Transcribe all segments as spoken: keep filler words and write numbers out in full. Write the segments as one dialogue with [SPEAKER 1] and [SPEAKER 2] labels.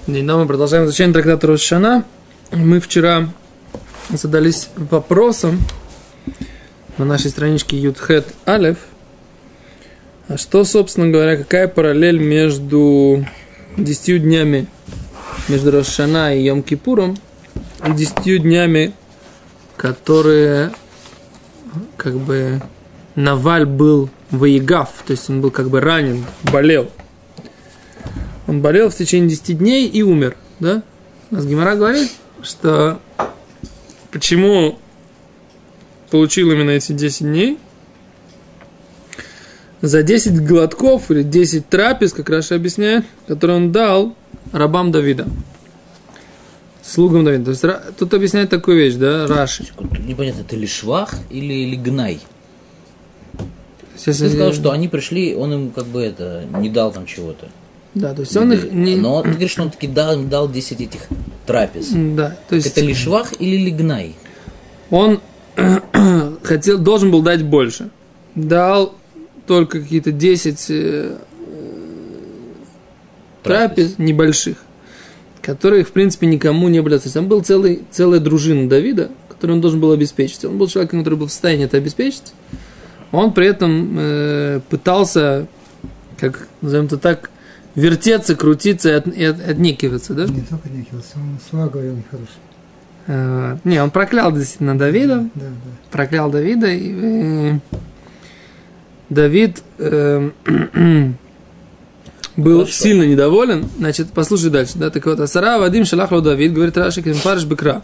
[SPEAKER 1] День дома. Продолжаем изучение трактата Рош ха-Шана. Мы вчера задались вопросом на нашей страничке Юд-Хет Алеф, а что, собственно говоря, какая параллель между десятью днями между Рош ха-Шана и Йом-Кипуром и десятью днями, которые как бы Наваль был воегав, то есть он был как бы ранен, болел. Он болел в течение десяти дней и умер, да? У нас Гемара говорит, что почему получил именно эти десять дней? За десять глотков или десять трапез, как Раши объясняет, которые он дал рабам Давида, слугам Давида. То есть тут объясняет такую вещь, да, Раши.
[SPEAKER 2] Непонятно, это ли швах или, или гнай?
[SPEAKER 1] Сейчас
[SPEAKER 2] Ты
[SPEAKER 1] я...
[SPEAKER 2] сказал, что они пришли, он им как бы это не дал там чего-то.
[SPEAKER 1] Да, то есть он их не...
[SPEAKER 2] Но ты говоришь, что он таки дал, дал десять этих трапез.
[SPEAKER 1] Да, то есть...
[SPEAKER 2] Это ли швах или ли гнай?
[SPEAKER 1] Он хотел, должен был дать больше. Дал только какие-то десять э, трапез, трапез небольших, которые, в принципе, никому не были. То есть там была целый, целая дружина Давида, которую он должен был обеспечить. Он был человеком, который был в состоянии это обеспечить. Он при этом э, пытался, как, назовем это так, вертеться, крутиться и, от, и от, отнекиваться, да?
[SPEAKER 3] Не только отнекивался, он слова говорил нехорошие.
[SPEAKER 1] Э, не, он проклял действительно Давида.
[SPEAKER 3] Да, да.
[SPEAKER 1] Проклял Давида. И, э, Давид э, был
[SPEAKER 2] Хорошо.
[SPEAKER 1] Сильно недоволен. Значит, послушай дальше. Да? Так вот, Асара Вадим Шалахло Давид, говорит Раши, Кемфарш Бекра.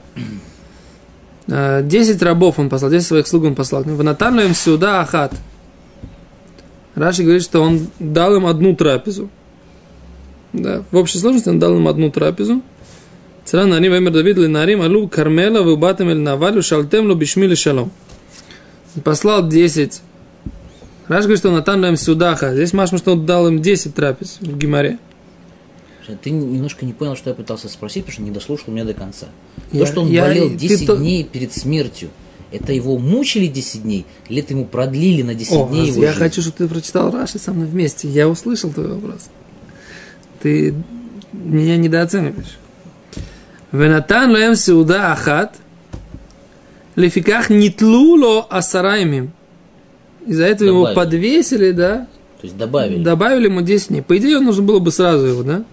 [SPEAKER 1] Десять рабов он послал, десять своих слуг он послал. Ванатан им сюда ахат. Раши говорит, что он дал им одну трапезу. Да, в общей сложности он дал им одну трапезу. Цара нарим вемер Давид линарим алу кармела выбатем эль навалю шалтем ло бишмили шалом. Послал десять. Раши говорит, что он натан им сюда ахат. Здесь машма, что он дал им десять трапез в Гемаре.
[SPEAKER 2] Ты немножко не понял, что я пытался спросить, потому что не дослушал меня до конца.
[SPEAKER 1] Я,
[SPEAKER 2] То, что он
[SPEAKER 1] я,
[SPEAKER 2] болел десять
[SPEAKER 1] то...
[SPEAKER 2] дней перед смертью, это его мучили десять дней, или это ему продлили на десять
[SPEAKER 1] О,
[SPEAKER 2] дней его
[SPEAKER 1] я
[SPEAKER 2] жизнь?
[SPEAKER 1] хочу, чтобы ты прочитал Раши со мной вместе. Я услышал твой вопрос. Ты меня недооцениваешь. Венатан лоем сеуда ахат лефиках нитлуло асараймим. Из-за этого
[SPEAKER 2] Добавили.
[SPEAKER 1] его подвесили, да?
[SPEAKER 2] То есть добавили.
[SPEAKER 1] Добавили ему десять дней. По идее, нужно было бы сразу его, да?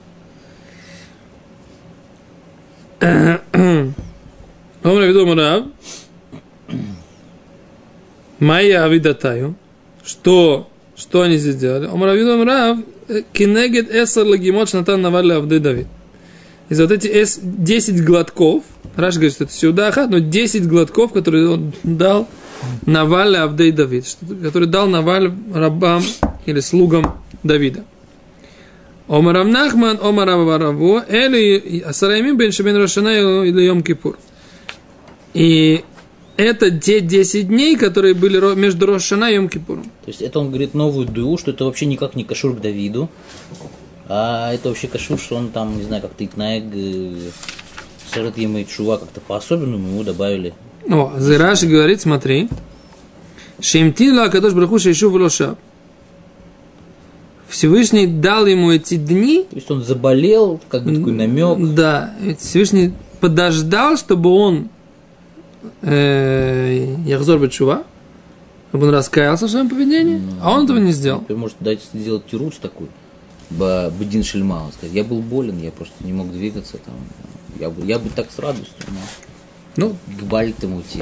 [SPEAKER 1] Омра видом рав. Майя авидатаю. Что, что они здесь делали? Омра видом рав. Кинегет эсар лагимот шнатан навалли авды Давид. Из вот эти десять глотков, Раш говорит, что это сюда ахат, но десять глотков, которые он дал Наваль Авдей Давид, который дал Наваль рабам или слугам Давида. Омар Рав Нахман, Омар Рав Вараву, Эли Асараимим бен Шебен Рош ха-Шана или Йом-Кипур. И это те десять дней, которые были между Рош ха-Шана и Йом-Кипуром.
[SPEAKER 2] То есть это он говорит новую дуу, что это вообще никак не кашур к Давиду, а это вообще кашур, что он там, не знаю, как-то икнаэг, сарат ема и чува как-то по-особенному ему добавили.
[SPEAKER 1] О, Раши говорит, смотри. Шемтила Акадош Браху Шейшу Влошаб. Всевышний дал ему эти дни.
[SPEAKER 2] То есть он заболел, как бы такой намек.
[SPEAKER 1] Да, Всевышний подождал, чтобы он Яхзор бет-шува, чтобы он раскаялся в своем поведении, ну, а он этого не сделал.
[SPEAKER 2] Теперь может дать сделать тирус такой, бедин шельма, он сказать, я был болен, я просто не мог двигаться, там, я бы, я бы так с радостью, но
[SPEAKER 1] ну,
[SPEAKER 2] к Бальтам уйти.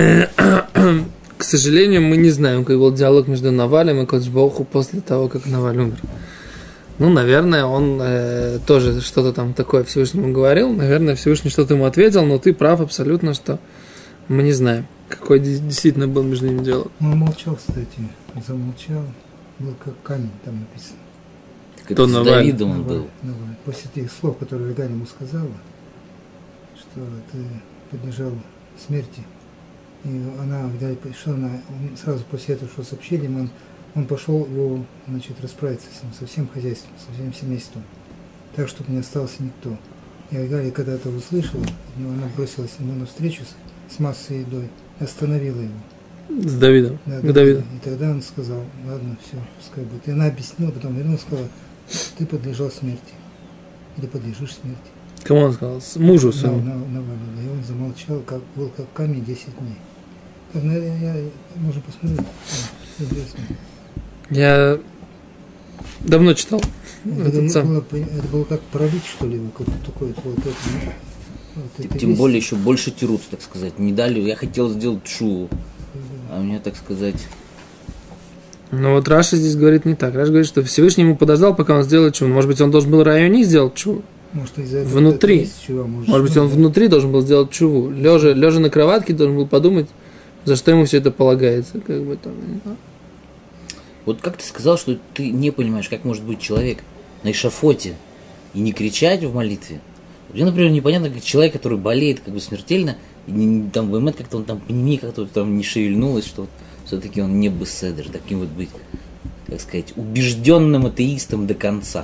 [SPEAKER 1] К сожалению, мы не знаем, какой был диалог между Навалем и Кодж-Боху после того, как Наваль умер. Ну, наверное, он э, тоже что-то там такое Всевышнему говорил. Наверное, Всевышний что-то ему ответил, но ты прав абсолютно, что мы не знаем, какой действительно был между ними диалог.
[SPEAKER 3] Он молчал, кстати, замолчал, был как камень, там написано.
[SPEAKER 2] Так это с
[SPEAKER 1] Наваль.
[SPEAKER 2] Давидом он
[SPEAKER 3] Наваль,
[SPEAKER 2] был.
[SPEAKER 3] Наваль. После тех слов, которые Галь ему сказала, что ты подлежал смерти. И она, что она, он сразу после этого, что сообщили, он, он пошел его, значит, расправиться с ним, со всем хозяйством, со всем семейством, так, чтобы не остался никто. И Галя, когда это услышала, она бросилась ему навстречу с, с массой едой, остановила его.
[SPEAKER 1] С Давидом.
[SPEAKER 3] Да,
[SPEAKER 1] К Давиду.
[SPEAKER 3] И тогда он сказал, ладно, все, пускай будет. И она объяснила, потом вернулась, сказала, ты подлежал смерти. и ты подлежишь смерти.
[SPEAKER 1] Кому он сказал? Мужу своему.
[SPEAKER 3] Да, Навалю, да, и он замолчал, как, был как камень десять дней. Так, ну, я, я, можно посмотреть. Да, интересно.
[SPEAKER 1] Я давно читал.
[SPEAKER 3] Это,
[SPEAKER 1] Этот сам.
[SPEAKER 3] было, это было как пролить, что ли, как такое вот это. Вот
[SPEAKER 2] Тем
[SPEAKER 3] весь...
[SPEAKER 2] более еще больше тирут, так сказать. Не дали, я хотел сделать шуву, а мне, так сказать...
[SPEAKER 1] Но вот Раша здесь говорит не так. Раша говорит, что Всевышний ему подождал, пока он сделает чуву. Может быть, он должен был районе сделать чуву.
[SPEAKER 3] Может, из-за этого
[SPEAKER 1] внутри.
[SPEAKER 3] есть чува, может,
[SPEAKER 1] может быть, он
[SPEAKER 3] да.
[SPEAKER 1] внутри должен был сделать чуву. Лежа, лежа на кроватке должен был подумать, за что ему все это полагается. Как бы там,
[SPEAKER 2] вот как ты сказал, что ты не понимаешь, как может быть человек на эшафоте и не кричать в молитве. Мне, например, непонятно, как человек, который болеет как бы смертельно, и не, там в момент как-то он там по нему как-то там не шевельнулось, что вот, все-таки он не беседер, таким вот быть, как сказать, убежденным атеистом до конца.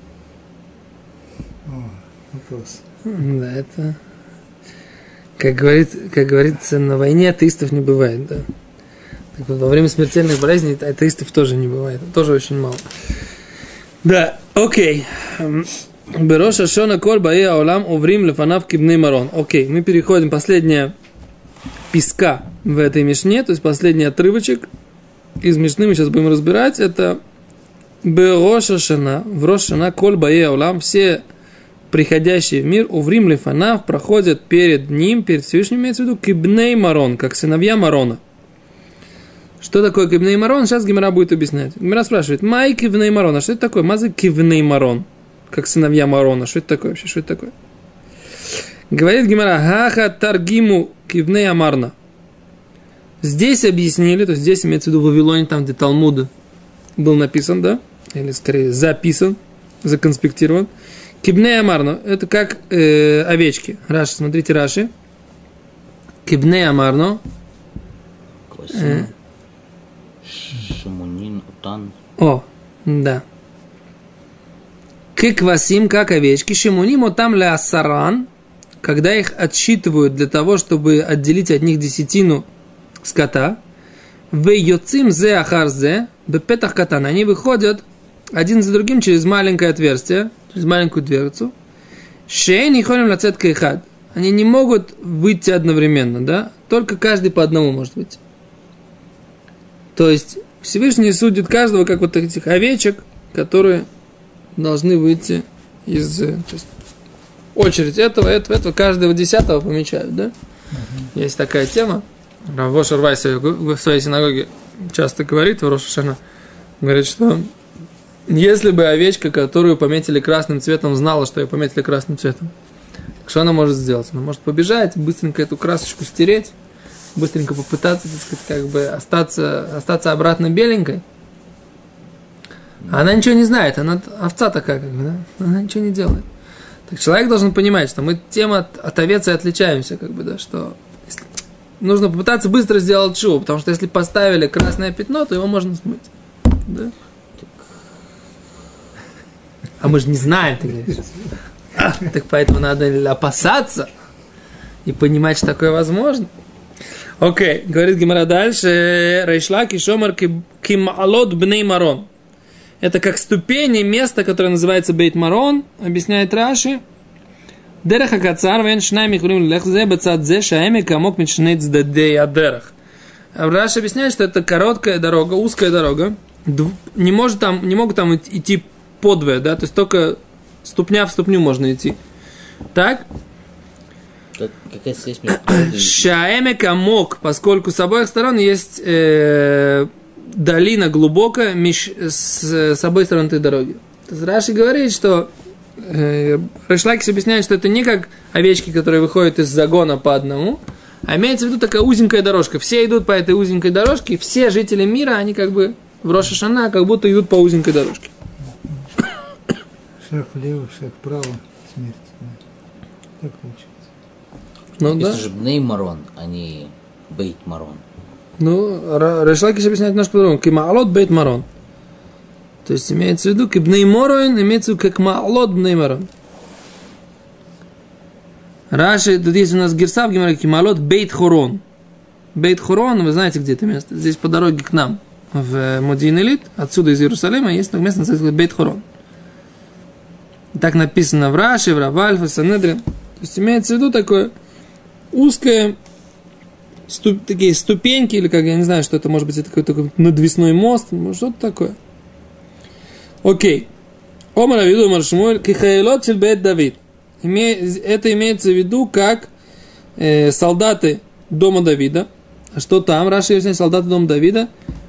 [SPEAKER 3] О, вопрос.
[SPEAKER 1] Да, это... Как, говорит, как говорится, на войне атеистов не бывает, да. Так вот, во время смертельных болезней атеистов тоже не бывает. Тоже очень мало. Да, окей. Бероша шона кор баи аолам уврим лефанав кибней марон. Окей, мы переходим, последняя писка в этой мишне, то есть последний отрывочек из мишны мы сейчас будем разбирать. Это Бероша шана, в Рош шана кол баи аолам, все приходящие в мир, уврим лефанав, проходят перед ним, перед Всевышним, имеется в виду, кибней марон, как сыновья Марона. Что такое кибней марон? Сейчас Гемара будет объяснять. Гемара спрашивает, май кибней марон, а что это такое? Мазы кибней марон, как сыновья Марона. Что это такое вообще? Что это такое? Говорит Гемара, хаха таргиму кибней амарна. Здесь объяснили, то есть здесь имеется в виду в Вавилоне, там, где Талмуд был написан, да? Или скорее записан, законспектирован. Кибней амарно, это как э, овечки. Раши, смотрите, Раши. Кибней амарно.
[SPEAKER 2] Э. Шамунин, утан.
[SPEAKER 1] О, да. Киквасим, как овечки. Шимуним, отам ля асаран. Когда их отсчитывают для того, чтобы отделить от них десятину скота. Вейоцим зе ахар зе. Бепетах катан. Они выходят один за другим через маленькое отверстие. Через маленькую дверцу. Шей не ходим лацет кайхад. Они не могут выйти одновременно, да? Только каждый по одному может выйти. То есть Всевышний судит каждого, как вот этих овечек, которые должны выйти из... То есть, очередь этого, этого, этого, каждого десятого помечают, да? Uh-huh. Есть такая тема. Рав Ошер Вайс в своей синагоге часто говорит, в Рош ха-Шана, говорит, что если бы овечка, которую пометили красным цветом, знала, что ее пометили красным цветом, что она может сделать? Она может побежать, быстренько эту красочку стереть, быстренько попытаться, так сказать, как бы остаться, остаться обратно беленькой. А она ничего не знает, она овца такая, как бы, да? Она ничего не делает. Так человек должен понимать, что мы тем от, от овец и отличаемся, как бы, да, что если, нужно попытаться быстро сделать шоу, потому что если поставили красное пятно, то его можно смыть. Да? А мы же не знаем, ты говоришь. А, так поэтому надо опасаться и понимать, что такое возможно. Окей, okay, говорит Гемара дальше. Рейшлак и шомар кималот бней марон. Это как ступени, место, которое называется Бейт Марон, объясняет Раши. Дерех акацар вен шнайми хурим лехзе бацадзе шаэми камок мичней цдадей адерах. Раши объясняет, что это короткая дорога, узкая дорога. Не, может там, не могут там идти подвое, да, то есть только ступня в ступню можно идти. Так?
[SPEAKER 2] Какая связь между...
[SPEAKER 1] Шаэме камок, поскольку с обоих сторон есть э, долина глубокая меж, с, с обоих сторон этой дороги. То есть Раши говорит, что э, Решлакис объясняет, что это не как овечки, которые выходят из загона по одному, а имеется в виду такая узенькая дорожка. Все идут по этой узенькой дорожке, все жители мира, они как бы в Рош ха-Шана как будто идут по узенькой дорожке.
[SPEAKER 3] Шаг влево, шаг вправо, смерть. Да. Так получается.
[SPEAKER 1] Ну,
[SPEAKER 2] это
[SPEAKER 1] да.
[SPEAKER 2] же Бней Марон, а не Бейт Марон.
[SPEAKER 1] Ну, Решлакис объясняет немножко по-другому. Кимаалот Бейт Марон. То есть имеется в виду, кибней морон, имеется в виду, как маалот бней марон. Раши, тут есть у нас герса в Гемаре, кимаалот Бейт Хорон. Бейт Хорон, вы знаете, где это место? Здесь по дороге к нам, в Модин-Элит, отсюда из Иерусалима, есть место, называется Бейт Хорон. Так написано в Раши, в Равальфе, в Санедрин. То есть имеется в виду такое узкое, ступ, такие ступеньки, или как, я не знаю, что это может быть, это какой-то такой надвесной мост, может, что-то такое. Окей. Омар Авиду Омар Шмуэль, кихаилот шельбет Давид. Это имеется в виду как э, солдаты дома Давида. А что там? Раши объясняет, солдаты дома Давида.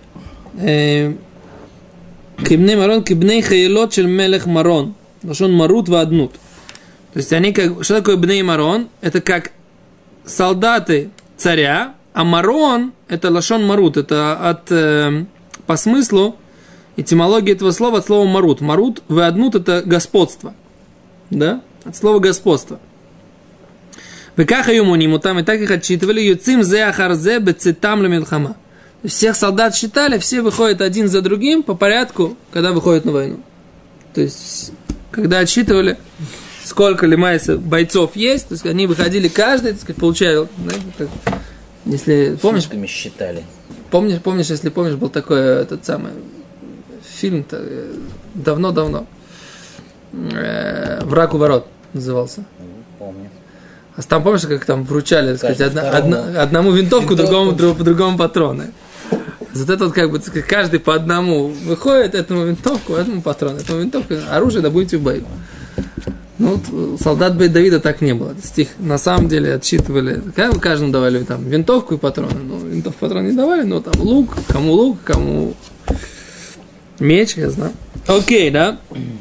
[SPEAKER 1] Кибней Марон, кибней хаилот шель мелех Марон. Лашон марут ва аднут. То есть они как... Что такое бней Марон? Это как солдаты царя, а Марон это лашон марут. Это от... Э, по смыслу этимологии этого слова от слова марут. Марут ва аднут это господство. Да? От слова господство. Векаха юмуниму там и так их отчитывали. Юцим зе ахарзе бецитам лемилхама. Всех солдат считали, все выходят один за другим по порядку, когда выходят на войну. То есть, когда отсчитывали, сколько лимайса бойцов есть, то есть, они выходили каждый, так сказать, получая, знаете, как, если помнишь,
[SPEAKER 2] сутками считали.
[SPEAKER 1] Помнишь, помнишь, если помнишь, был такой этот самый фильм-то давно-давно, э, «Враг у ворот» назывался.
[SPEAKER 2] Помню.
[SPEAKER 1] А там помнишь, как там вручали, так сказать, одна, одна, одному винтовку, другому, друг, другому патроны. Вот это вот как бы каждый по одному выходит, этому винтовку, этому патрону, этому винтовку, оружие добудете в бою. Ну, вот, солдат Бейт Давида так не было. Стих на самом деле отсчитывали, каждому давали там винтовку и патроны. Ну, винтовку и патроны не давали, но там лук, кому лук, кому меч, я знаю. Окей, да?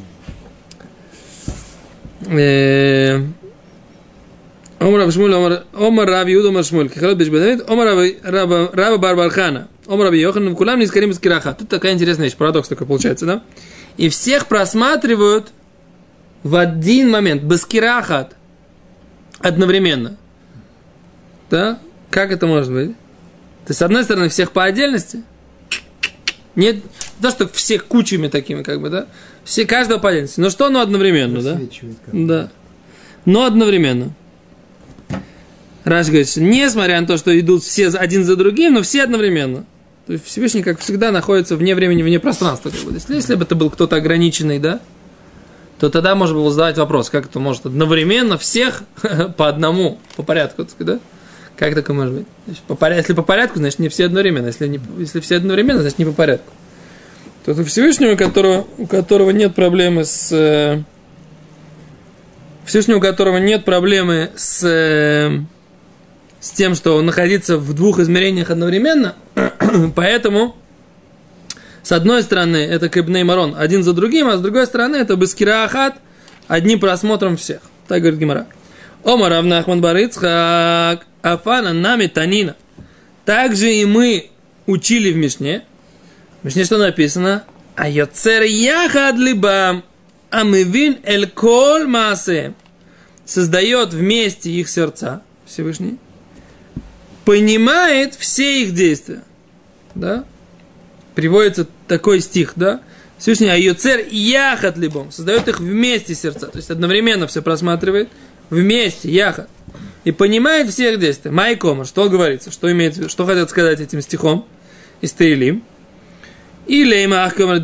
[SPEAKER 1] Омар Рав Шмуль, Омар Рав Иуда, Омар Шмуль, Кихалот Бейт Давид, Омар Рава бар bar Хана, Омар Раби Йоханан, Кулам нискарим из кираха. Тут такая интересная вещь, парадокс такой получается, да? И всех просматривают в один момент, без кирахат, одновременно. Да? Как это может быть? То есть, с одной стороны, всех по отдельности, нет, не то, что всех кучами такими, как бы, да? Все, каждого по отдельности. Но что, но одновременно, да? Да. Но одновременно. Раш говорит, что несмотря на то, что идут все один за другим, но все одновременно. То есть Всевышний, как всегда, находится вне времени, вне пространства. Как бы. Если, если бы это был кто-то ограниченный, да, то тогда можно было задать вопрос, как это может одновременно всех по одному, по порядку, так сказать, да? Как такое может быть? Значит, по порядку, если по порядку, значит не все одновременно. Если, не, если все одновременно, значит не по порядку. То у Всевышнего, у которого, у которого нет проблемы с... Э, Всевышнего, у которого нет проблемы с... Э, с тем, что находиться в двух измерениях одновременно, поэтому, с одной стороны, это Кибней Марон один за другим, а с другой стороны, это Бескира Ахат одним просмотром всех. Так говорит Гемара. Омар Рав Нахман бар Ицхак Афана нами Танина. Также и мы учили в Мишне. В Мишне что написано? А йоцер яхад либам амивин эль кол маасе. Создает вместе их сердца, Всевышний, понимает все их действия. Да? Приводится такой стих, да? Всевышний айоцер яхат либом. Создает их вместе сердца. То есть одновременно все просматривает. Вместе, яхат. И понимает все их действия. Майкома, что говорится? Что имеет в виду? Что хотят сказать этим стихом? Из Теилим. И лейма ахкамар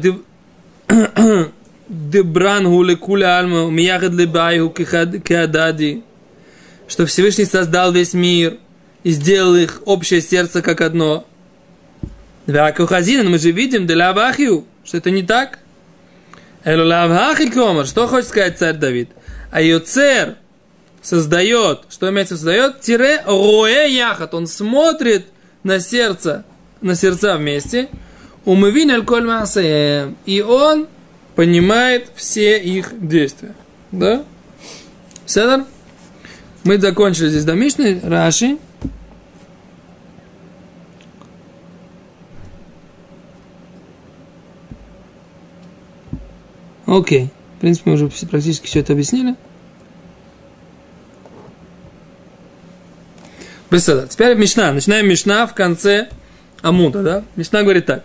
[SPEAKER 1] дебран гуле куля альма мияхат либайху кеадади. Что Всевышний создал весь мир и сделал их общее сердце как одно. Мы же видим, что это не так. Что хочет сказать царь Давид? А Йоцер создает, что имеется создает, тире роэ яхат, он смотрит на сердце, на сердца вместе, умывин аль коль маасе, и он понимает все их действия. Да? Седер? Мы закончили здесь до Мишны, Раши. Окей. В принципе, мы уже практически все это объяснили. Беседа. Теперь Мишна. Начинаем Мишна в конце Амуда, да? Мишна говорит так.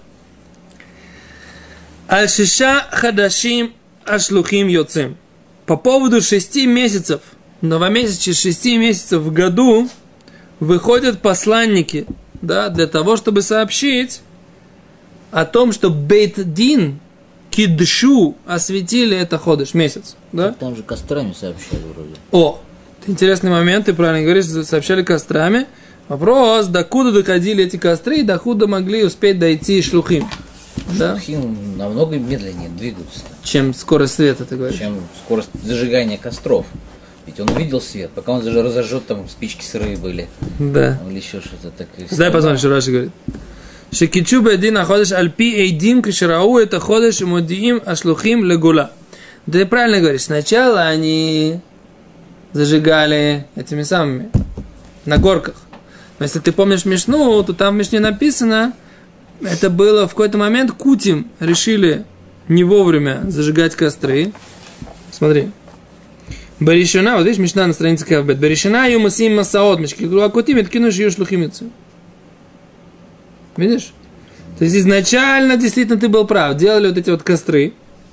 [SPEAKER 1] Аль-шиша хадашим ашлухим йоцим. По поводу шести месяцев, новомесячья шести месяцев в году выходят посланники, да, для того, чтобы сообщить о том, что Бейт-Дин кидшу, осветили это ходыш, месяц. Да?
[SPEAKER 2] Там же кострами сообщали вроде.
[SPEAKER 1] О, интересный момент, ты правильно говоришь, сообщали кострами. Вопрос, докуда доходили эти костры и докуда могли успеть дойти шлухим.
[SPEAKER 2] Шлухим да? намного медленнее двигаются.
[SPEAKER 1] Чем скорость света, ты говоришь.
[SPEAKER 2] Чем скорость зажигания костров. Ведь он видел свет, пока он даже разожжет, там спички сырые были.
[SPEAKER 1] Да.
[SPEAKER 2] Или еще что-то такое.
[SPEAKER 1] Дай посмотрим, что Раши говорит. Шекичу бедин находишь альпи эйдим кширау это ходишь модиим ашлухим легула. Ты правильно говоришь. Сначала они зажигали этими самыми на горках. Но если ты помнишь Мишну, то там в Мишне написано, это было в какой-то момент Кутим решили не вовремя зажигать костры. Смотри. Баришина, вот видишь, Мишна на странице Кавбет. Баришина ю масим масаот, мишкилу акутим, откинуш ю шлухимицу. Видишь? То есть изначально действительно ты был прав. Делали вот эти вот костры.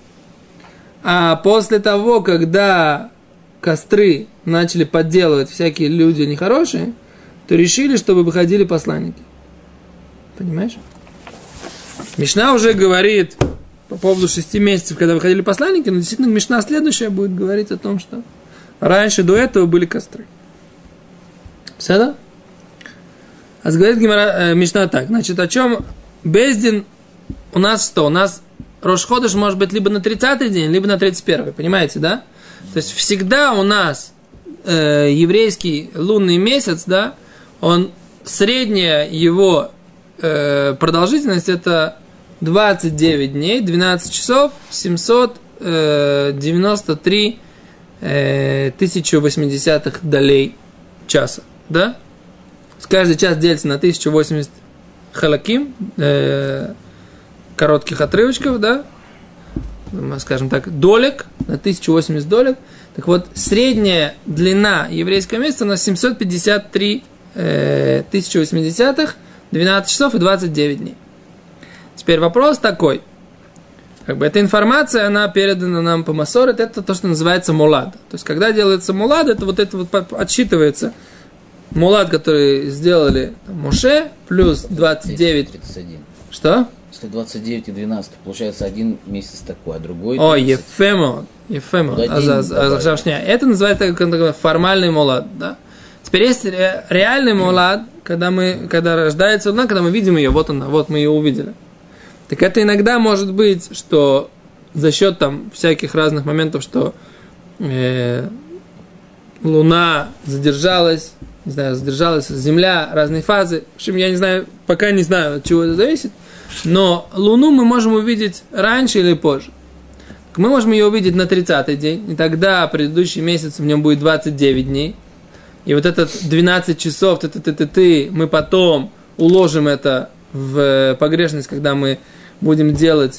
[SPEAKER 1] А после того, когда костры начали подделывать всякие люди нехорошие, то решили, чтобы выходили посланники. Понимаешь? Мишна уже говорит по поводу шести месяцев, когда выходили посланники, но действительно Мишна следующая будет говорить о том, что раньше до этого были костры. Все, да? А говорит Гемара, э, Мишна так. Значит, о чем Бейздин у нас что? У нас Рош Ходеш может быть либо на тридцатый день, либо на тридцать первый. Понимаете, да? То есть всегда у нас э, еврейский лунный месяц, да, он средняя его э, продолжительность это двадцать девять дней, двенадцать часов, семьсот девяносто три э, тысячи восьмидесятых долей часа, да? Каждый час делится на тысячу восемьдесят халаким, э, коротких отрывочков, да? Скажем так, долек, на тысячу восемьдесят долек. Так вот, средняя длина еврейского месяца на семьсот пятьдесят три э, тысячи восьмидесятых, двенадцать часов и двадцать девять дней. Теперь вопрос такой. Как бы эта информация, она передана нам по Масорет, это то, что называется мулад. То есть, когда делается мулад, это вот это вот отсчитывается. Мулад, который сделали там, Моше, плюс двадцать девять.
[SPEAKER 2] тридцать один.
[SPEAKER 1] Что?
[SPEAKER 2] Если двадцать девять и двенадцать, получается один месяц такой, а другой...
[SPEAKER 1] О, ефемо, ефемо. Это называется как формальный мулад, да? Теперь есть ре, реальный мулад, когда мы, когда рождается луна, когда мы видим ее, вот она, вот мы ее увидели. Так это иногда может быть, что за счет там всяких разных моментов, что э, луна задержалась, не знаю, задержалась Земля, разные фазы. В общем, я не знаю, пока не знаю, от чего это зависит. Но Луну мы можем увидеть раньше или позже. Мы можем ее увидеть на тридцатый день, и тогда предыдущий месяц в нем будет двадцать девять дней. И вот этот двенадцать часов, ты-ты-ты-ты, мы потом уложим это в погрешность, когда мы будем делать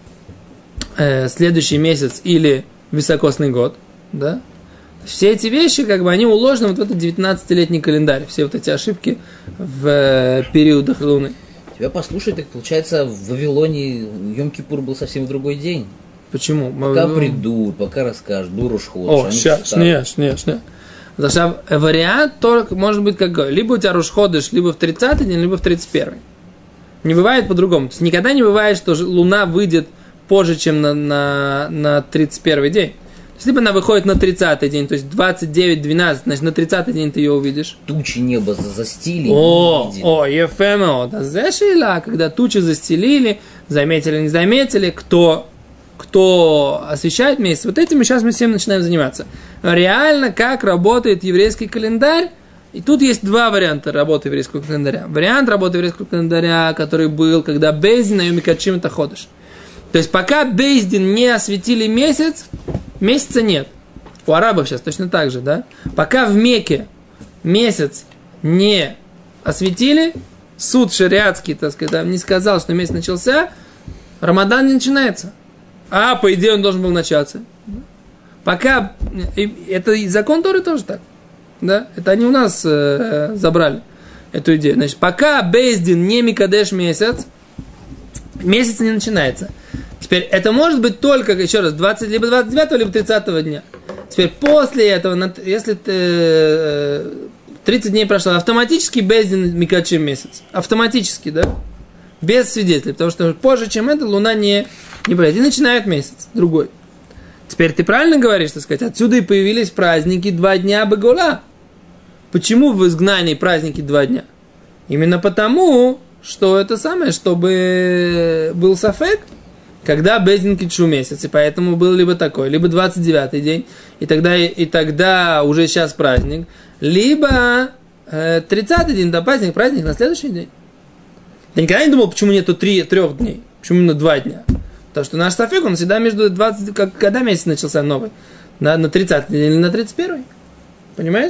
[SPEAKER 1] э, следующий месяц или високосный год. Да? Все эти вещи, как бы, они уложены вот в этот девятнадцатилетний календарь. Все вот эти ошибки в э, периодах Луны.
[SPEAKER 2] Тебя послушать, так получается, в Вавилоне Йом-Кипур был совсем в другой день.
[SPEAKER 1] Почему?
[SPEAKER 2] Пока мы... придут, пока расскажут, дуруш ходишь.
[SPEAKER 1] О, сейчас, нет, нет, нет. Потому вариант только может быть какой. Либо у тебя руш ходишь, либо в тридцатый день, либо в тридцать первый. Не бывает по-другому. То есть никогда не бывает, что Луна выйдет позже, чем на, на, на тридцать первый день. То есть либо она выходит на тридцатый день, то есть двадцать девять двенадцать, значит на тридцатый день ты ее увидишь.
[SPEAKER 2] Тучи неба застили.
[SPEAKER 1] О, о, ефемо, да зашила, когда тучи застелили, заметили, не заметили, кто, кто освещает месяц. Вот этим сейчас мы всем начинаем заниматься. Реально, как работает еврейский календарь. И тут есть два варианта работы еврейского календаря. Вариант работы еврейского календаря, который был, когда Бейздин на Йом-Кипур это ходишь. То есть пока Бейздин не осветили месяц, месяца нет. У арабов сейчас точно так же, да? Пока в Мекке месяц не осветили, суд шариатский, так сказать, не сказал, что месяц начался, Рамадан не начинается. А, по идее, он должен был начаться. Пока, это закон Торы тоже так. Да? Это они у нас э, забрали эту идею. Значит, пока Бейздин не микадеш месяц, месяц не начинается. Теперь это может быть только, еще раз, двадцать, либо двадцать девятого, либо тридцатого дня. Теперь после этого, если э, тридцать дней прошло, автоматически Бейздин микадшим месяц. Автоматически, да? Без свидетелей. Потому что позже, чем это, Луна не, Не один начинает месяц, другой. Теперь ты правильно говоришь, так сказать, отсюда и появились праздники два дня Бегула. Почему в изгнании праздники два дня? Именно потому, что это самое, чтобы был сафек, когда Бейздин кидшу месяц, и поэтому был либо такой, либо двадцать девятый день, и тогда, и тогда уже сейчас праздник, либо э, тридцатый день, да, праздник, праздник на следующий день. Я никогда не думал, почему нету три, трех дней, почему именно два дня. Потому что наш сафек, он всегда между двадцать, как, когда месяц начался новый, на, на тридцатый день или на тридцать первый. Понимаешь?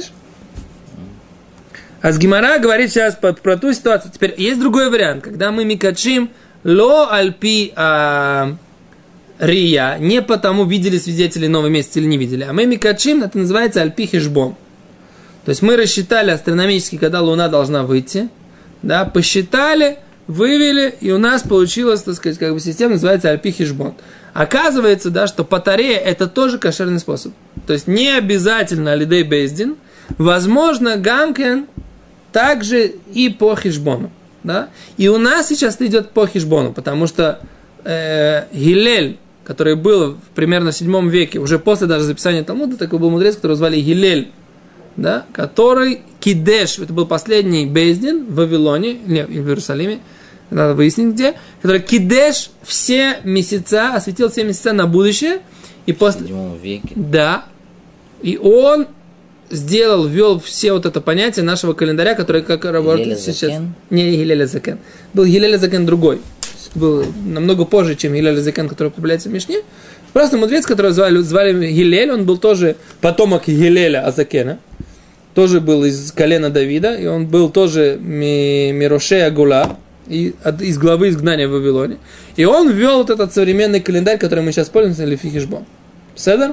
[SPEAKER 1] А с Гемара говорит сейчас про, про ту ситуацию. Теперь есть другой вариант, когда мы микачим ло альпи а, рия, не потому, видели свидетели новый месяц или не видели, а мы микачим, это называется альпи хешбон. То есть мы рассчитали астрономически, когда Луна должна выйти, да, посчитали, вывели, и у нас получилась, так сказать, как бы система, называется альпи хешбон. Оказывается, да, что патарея это тоже кошерный способ. То есть не обязательно алидей бейздин, возможно, гамкен также и по хешбону. Да? И у нас сейчас это идет по хешбону, потому что э, Гилель, который был примерно в седьмом веке, уже после даже записания Талмуда, такой был мудрец, которого звали Гилель, да? Который кидеш, это был последний бейздин в Вавилоне, не, в Иерусалиме, надо выяснить где, который кидеш все месяца, осветил все месяца на будущее. И после... В седьмом веке. Да. И он сделал, ввел все вот это понятие нашего календаря, который как работает сейчас. Не Гилель Закен. Был Гилель Закен другой. Был намного позже, чем Гилель Закен, который употребляется в Мишне. Просто мудрец, которого звали, звали Гилель, он был тоже потомок Гилеля Азакена. Тоже был из колена Давида. И он был тоже Мироше Агула, из главы изгнания в Вавилоне. И он ввел вот этот современный календарь, который мы сейчас пользуемся, Лефи Хешбон. Седер?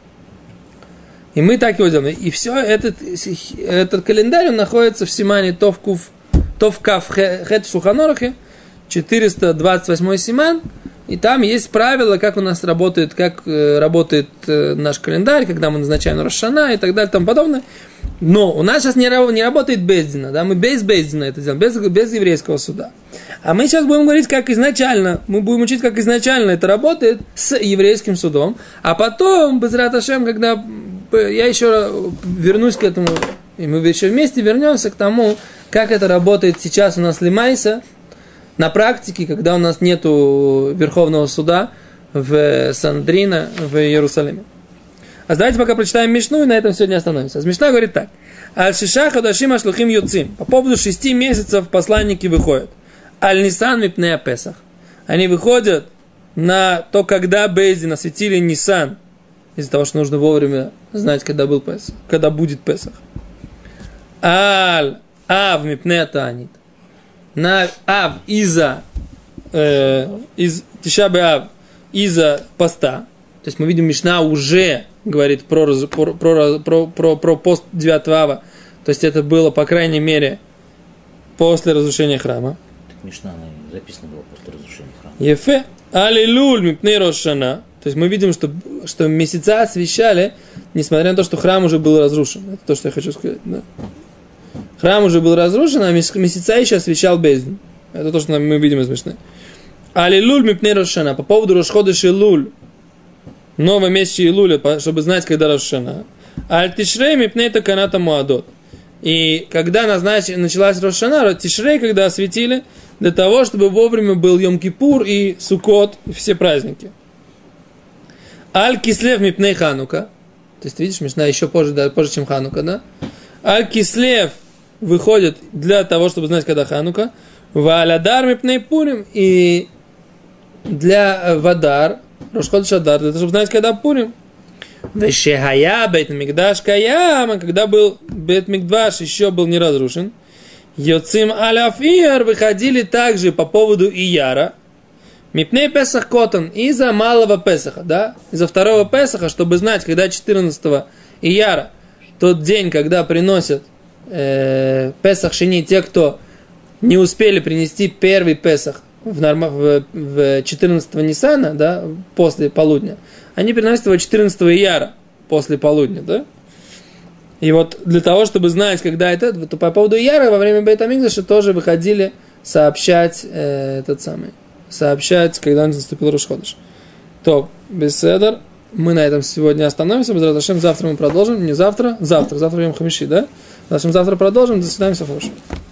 [SPEAKER 1] И мы так его делаем. И все, этот, этот календарь, он находится в Симане Товкув, Товкав Хет Шуханорахе, четыреста двадцать восьмой Симан. И там есть правила, как у нас работает, как э, работает э, наш календарь, когда мы назначаем Рош ха-Шана и так далее и тому подобное. Но у нас сейчас не, не работает Бейздина, да, мы без Бейздина это делаем, без, без еврейского суда. А мы сейчас будем говорить, как изначально, мы будем учить, как изначально это работает с еврейским судом. А потом, Безрат Ашем, когда я еще вернусь к этому, и мы еще вместе вернемся к тому, как это работает сейчас у нас Лимайса, на практике, когда у нас нету Верховного суда в Сандрино, в Иерусалиме. А давайте пока прочитаем Мишну, и на этом сегодня остановимся. Мишна говорит так. Аль-Шиша Хадашим Ашлухим Юцим. По поводу шести месяцев посланники выходят. Аль-Нисан Мипнея Песах. Они выходят на то, когда Бейздин осветили Нисан, из-за того, что нужно вовремя знать, когда был Песах, когда будет Песах. Аль-Ав Мипнея Таанит. На Ав из-за э, из Тишабе Ав из-за поста. То есть мы видим, Мишна уже говорит про, про, про, про, про, про пост девятого Ава. То есть это было, по крайней мере, после разрушения храма.
[SPEAKER 2] Мишна записано было после разрушения храма.
[SPEAKER 1] Ефе. Аллилуль мипней Рош ха-Шана. То есть мы видим, что, что месяца освещали, несмотря на то, что храм уже был разрушен. Это то, что я хочу сказать. Да? Храм уже был разрушен, а месяца еще освещал Бейздин. Это то, что мы видим из Мишны. Аллилуль мипней Рош ха-Шана. По поводу Рош ходеш Илуль. Новый месяц Илуля, чтобы знать, когда Рош ха-Шана. Аль-Тишрей мипней таканата Муадот. И когда назнач... началась Рош ха-Шана, Тишрей, когда осветили, для того, чтобы вовремя был Йом-Кипур и Суккот, и все праздники. Аль-Кислев мипней Ханука. То есть, видишь, Мишна еще позже, да, позже, чем Ханука, да? Аль-Кислев выходит для того, чтобы знать, когда Ханука. Валядар мипней Пурим. И для Вадар, Рош ходеш Адар, для того, чтобы знать, когда Пурим. Вешехая Бейт Микдаш Каяма, когда был Бейт Микдаш, еще был не разрушен. Йоцим Аляфир выходили также по поводу Ияра. Мипней Песах Котан, из-за малого Песаха, да? Из-за второго Песаха, чтобы знать, когда четырнадцатого Ияра, тот день, когда приносят э, Песах Шини, те, кто не успели принести первый Песах в, норма, в, в четырнадцатого Нисана, да, после полудня, они приносят его четырнадцатого Ияра после полудня, да? И вот для того, чтобы знать, когда это, то по поводу Ияра во время Бейт Амикдаша тоже выходили сообщать э, этот самый, сообщать, когда наступил Рош ха-Ходеш. То, беседер. Мы на этом сегодня остановимся. Завтра мы продолжим. Не завтра, завтра. Завтра Йом Хамиши, да? Завтра продолжим. До свидания, всего хорошего.